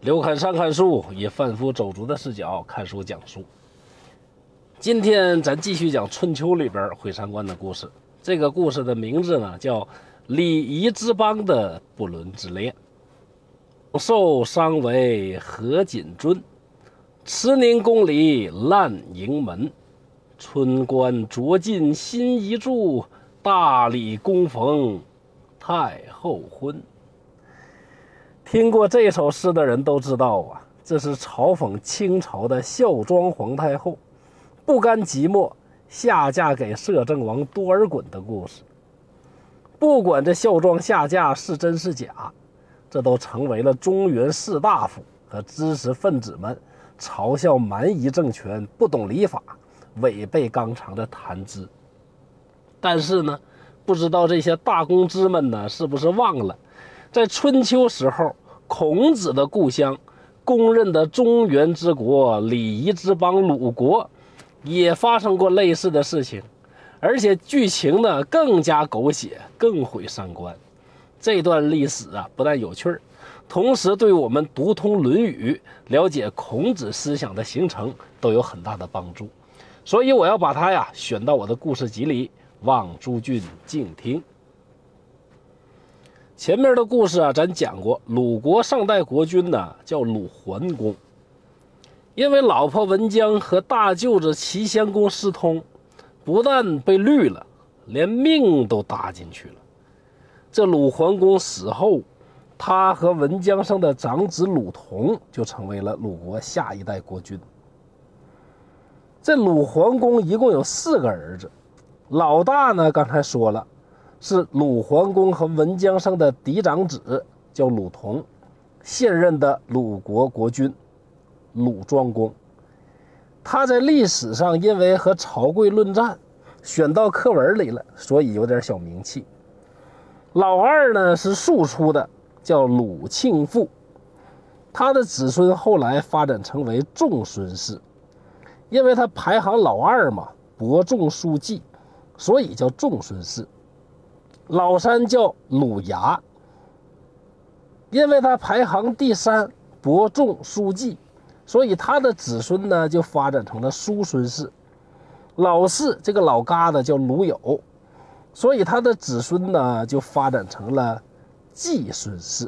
刘侃山看书，以贩夫走卒的视角看书讲书。今天咱继续讲春秋里边毁三观的故事。这个故事的名字呢叫礼仪之邦的不伦之恋。受商为何锦尊，慈宁宫里烂营门。春官着进新遗嘱，大礼恭逢太后婚。听过这首诗的人都知道啊，这是嘲讽清朝的孝庄皇太后不甘寂寞下嫁给摄政王多尔衮的故事。不管这孝庄下嫁是真是假，这都成为了中原士大夫和知识分子们嘲笑蛮夷政权不懂礼法、违背纲常的谈资。但是呢，不知道这些大公知们呢，是不是忘了在春秋时候，孔子的故乡，公认的中原之国、礼仪之邦鲁国，也发生过类似的事情，而且剧情呢更加狗血，更毁三观。这段历史啊，不但有趣，同时对我们读通《论语》、了解孔子思想的形成都有很大的帮助。所以我要把它选到我的故事集里，望诸君静听。前面的故事咱讲过，鲁国上代国君呢叫鲁桓公，因为老婆文姜和大舅子齐襄公私通，不但被绿了，连命都搭进去了。这鲁桓公死后，他和文姜生的长子鲁同就成为了鲁国下一代国君。这鲁桓公一共有4个儿子，老大呢刚才说了，是鲁桓公和文姜生的嫡长子，叫鲁同，现任的鲁国国君鲁庄公。他在历史上因为和曹刿论战选到课文里了，所以有点小名气。老二呢是庶出的，叫鲁庆父，他的子孙后来发展成为仲孙氏，因为他排行老二嘛，伯仲叔季，所以叫仲孙氏。老三叫鲁牙，因为他排行第3，伯仲叔季，所以他的子孙呢就发展成了叔孙氏。老四这个老疙瘩叫鲁友，所以他的子孙呢就发展成了季孙氏。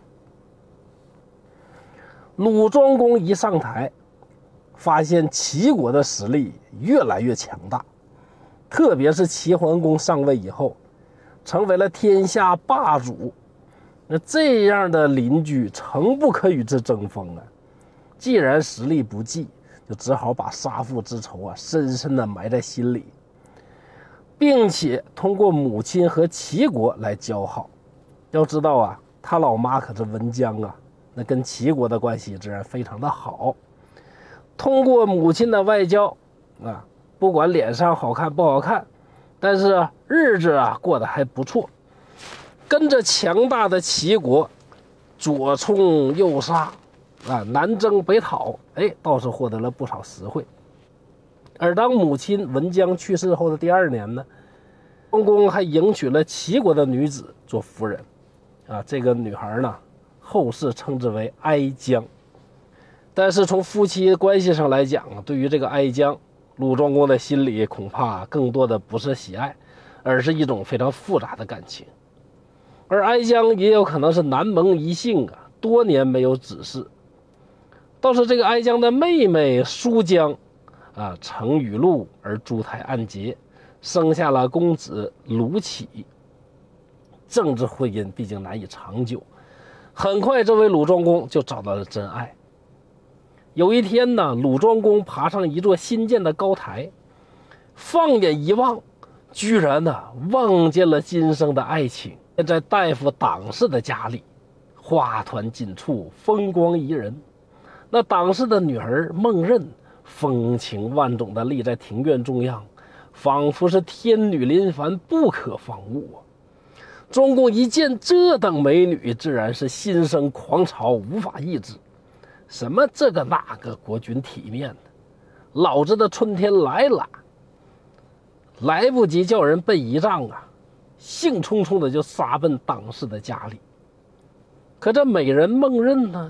鲁庄公一上台，发现齐国的实力越来越强大，特别是齐桓公上位以后，成为了天下霸主。那这样的邻居诚不可与之争锋啊！既然实力不济，就只好把杀父之仇深深的埋在心里，并且通过母亲和齐国来交好。要知道他老妈可是文姜那跟齐国的关系自然非常的好。通过母亲的外交不管脸上好看不好看，但是日子过得还不错，跟着强大的齐国左冲右杀南征北讨，倒是获得了不少实惠。而当母亲文姜去世后的第2年呢，庄公还迎娶了齐国的女子做夫人这个女孩呢，后世称之为哀姜。但是从夫妻关系上来讲，对于这个哀姜，鲁庄公的心里恐怕更多的不是喜爱，而是一种非常复杂的感情。而哀姜也有可能是南蒙一姓多年没有子嗣。倒是这个哀姜的妹妹叔姜承雨露而珠胎暗结，生下了公子鲁启。政治婚姻毕竟难以长久，很快这位鲁庄公就找到了真爱。有一天呢，鲁庄公爬上一座新建的高台，放眼一望，居然望见了今生的爱情。在大夫党氏的家里，花团锦簇，风光宜人。那党氏的女儿孟壬风情万种地立在庭院中央，仿佛是天女临凡，不可方物庄公一见这等美女，自然是心生狂潮，无法抑制。什么这个那个国君体面的，老子的春天来了！来不及叫人备仪仗兴冲冲的就杀奔党氏的家里。可这美人孟壬呢，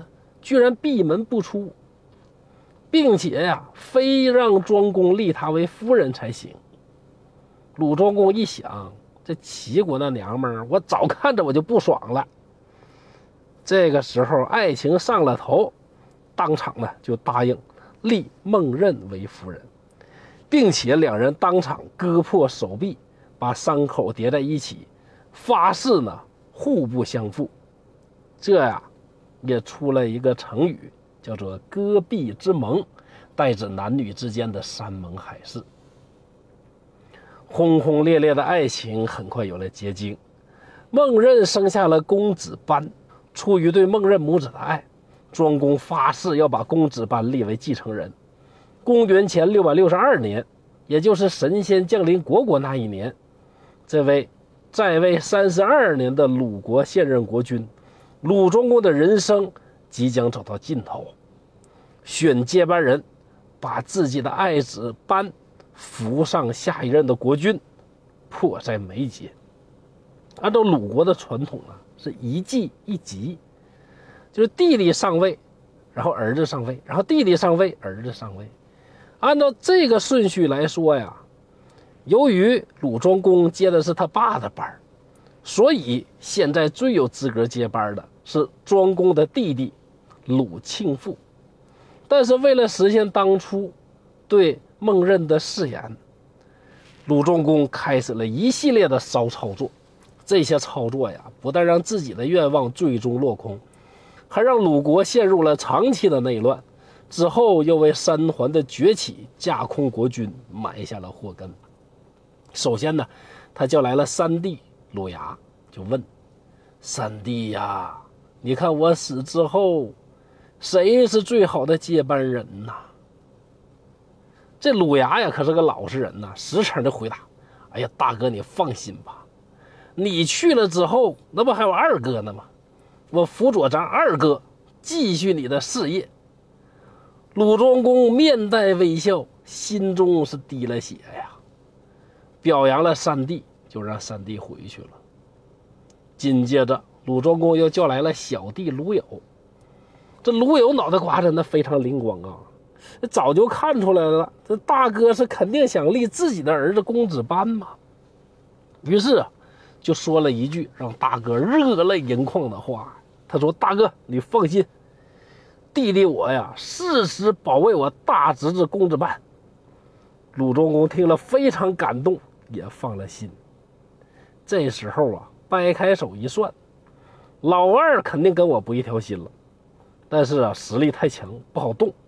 居然闭门不出，并且呀，非让庄公立她为夫人才行。鲁庄公一想，这齐国那娘们儿，我早看着我就不爽了。这个时候爱情上了头，当场呢就答应立孟壬为夫人，并且两人当场割破手臂，把伤口叠在一起，发誓呢互不相负。这呀也出了一个成语，叫做割臂之盟，代指男女之间的山盟海誓。轰轰烈烈的爱情很快有了结晶，孟壬生下了公子班。出于对孟壬母子的爱，庄公发誓要把公子班立为继承人。公元前662年，也就是神仙降临虢国那一年，这位在位32年的鲁国现任国君鲁庄公的人生即将走到尽头，选接班人，把自己的爱子班扶上下一任的国君，迫在眉睫。按照鲁国的传统啊，是一继一级，就是弟弟上位，然后儿子上位，然后弟弟上位，儿子上位。按照这个顺序来说呀，由于鲁庄公接的是他爸的班，所以现在最有资格接班的是庄公的弟弟鲁庆父。但是为了实现当初对孟壬的誓言，鲁庄公开始了一系列的骚操作。这些操作呀，不但让自己的愿望最终落空，还让鲁国陷入了长期的内乱，之后又为三桓的崛起架空国君埋下了祸根。首先呢，他叫来了三弟鲁牙，就问三弟呀，你看我死之后，谁是最好的接班人呐？这鲁牙呀可是个老实人呐，实诚的回答，哎呀，大哥你放心吧，你去了之后，那不还有二哥呢吗？我辅佐咱二哥继续你的事业。鲁庄公面带微笑，心中是滴了血呀，表扬了三弟，就让三弟回去了。紧接着鲁庄公又叫来了小弟鲁友。这鲁友脑袋瓜子那非常灵光啊，早就看出来了，这大哥是肯定想立自己的儿子公子班嘛。于是就说了一句让大哥热泪盈眶的话，他说，大哥你放心，弟弟我呀誓死保卫我大侄子公子班。鲁庄公听了非常感动，也放了心。这时候啊，掰开手一算，老二肯定跟我不一条心了，但是啊实力太强不好动。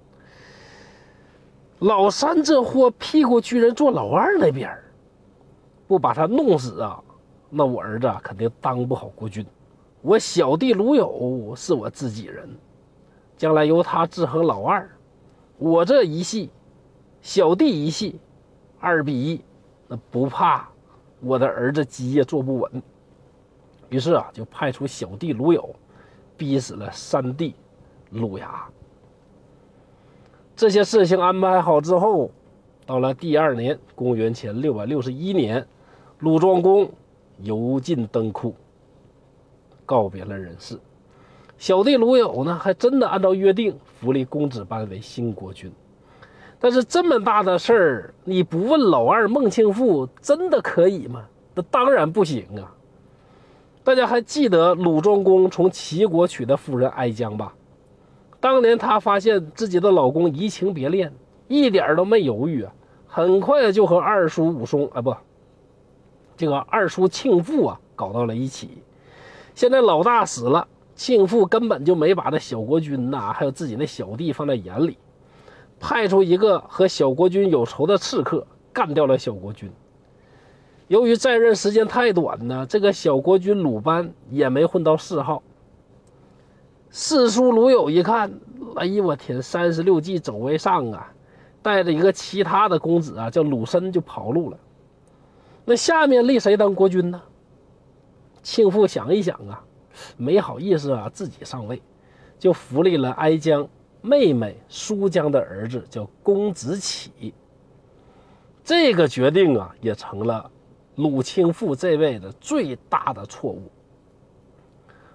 老三这货屁股居然坐老二那边，不把他弄死啊，那我儿子肯定当不好国君。我小弟鲁友是我自己人，将来由他制衡老二，我这一系小弟一系2比1，那不怕我的儿子基业坐不稳。于是啊就派出小弟鲁友逼死了三弟鲁牙。这些事情安排好之后，到了第2年，公元前661年，鲁庄公油尽灯枯，告别了人世。小弟鲁友呢，还真的按照约定扶立公子班为新国君。但是这么大的事儿，你不问老二孟庆父，真的可以吗？那当然不行啊！大家还记得鲁庄公从齐国娶的夫人哀姜吧？当年他发现自己的老公移情别恋，一点都没犹豫啊，很快就和二叔武松这个二叔庆父啊搞到了一起。现在老大死了，庆父根本就没把这小国君呐，还有自己那小弟放在眼里，派出一个和小国君有仇的刺客干掉了小国君。由于在任时间太短呢，这个小国君鲁班也没混到4号。四叔鲁友一看，哎呦我天，36计走为上啊，带着一个其他的公子啊叫鲁申就跑路了。那下面立谁当国君呢？庆父想一想啊，没好意思啊自己上位，就扶立了哀姜妹妹舒姜的儿子叫公子启。这个决定啊也成了鲁庆父这位的最大的错误。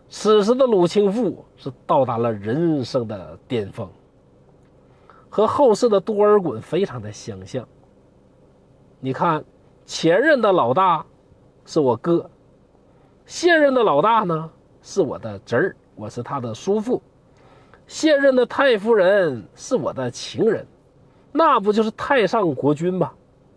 此时的鲁庆父是到达了人生的巅峰，和后世的多尔衮非常的相像。你看，前任的老大是我哥，现任的老大呢是我的侄儿，我是他的叔父，现任的太夫人是我的情人，那不就是太上国君吗？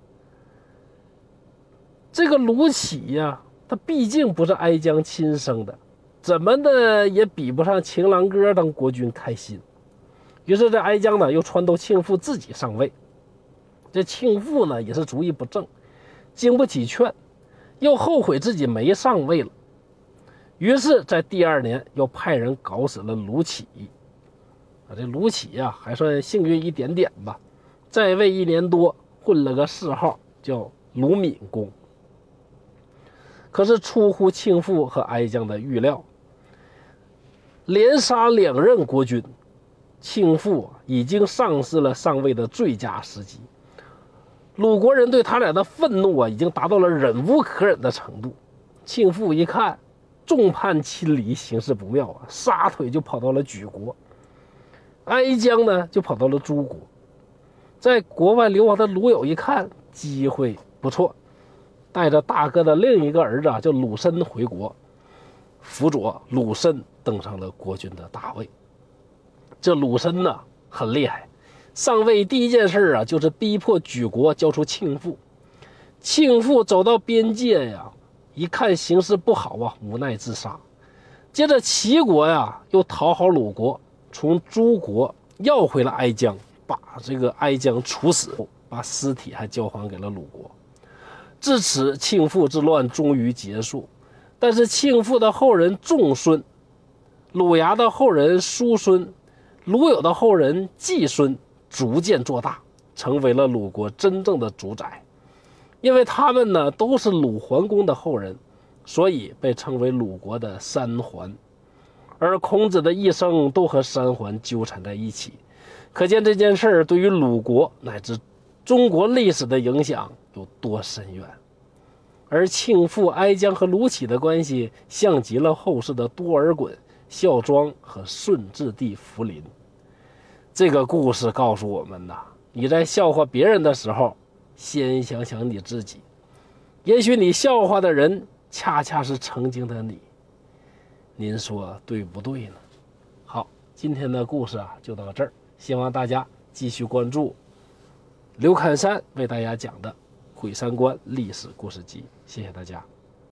这个卢杞呀，他毕竟不是哀姜亲生的，怎么的也比不上情郎哥当国君开心。于是这哀姜呢又撺掇庆父自己上位。这庆父呢也是主意不正，经不起劝，又后悔自己没上位了，于是在第2年又派人搞死了卢杞。这卢杞呀还算幸运一点点吧，在位1年多，混了个谥号叫卢闵公。可是出乎庆父和哀姜的预料，连杀2任国君，庆父已经丧失了上位的最佳时机。鲁国人对他俩的愤怒已经达到了忍无可忍的程度。庆父一看众叛亲离，形势不妙撒腿就跑到了莒国。哀姜呢就跑到了诸国。在国外流亡的鲁友一看机会不错，带着大哥的另一个儿子叫鲁申回国，辅佐鲁申登上了国君的大位。这鲁申呢很厉害，上位第一件事就是逼迫莒国交出庆父。庆父走到边界呀，一看形势不好无奈自杀。接着齐国又讨好鲁国，从诸国要回了哀姜，把这个哀姜处死，把尸体还交还给了鲁国。至此，庆父之乱终于结束。但是庆父的后人仲孙、鲁牙的后人叔孙、鲁友的后人季孙逐渐做大，成为了鲁国真正的主宰。因为他们呢都是鲁桓公的后人，所以被称为鲁国的三桓。而孔子的一生都和三桓纠缠在一起，可见这件事对于鲁国乃至中国历史的影响有多深远。而庆父哀姜和卢杞的关系像极了后世的多尔衮、孝庄和顺治帝福临。这个故事告诉我们你在笑话别人的时候，先想想你自己，也许你笑话的人恰恰是曾经的你，您说对不对呢？好，今天的故事就到这儿，希望大家继续关注刘侃山为大家讲的《毁三观历史故事集》，谢谢大家。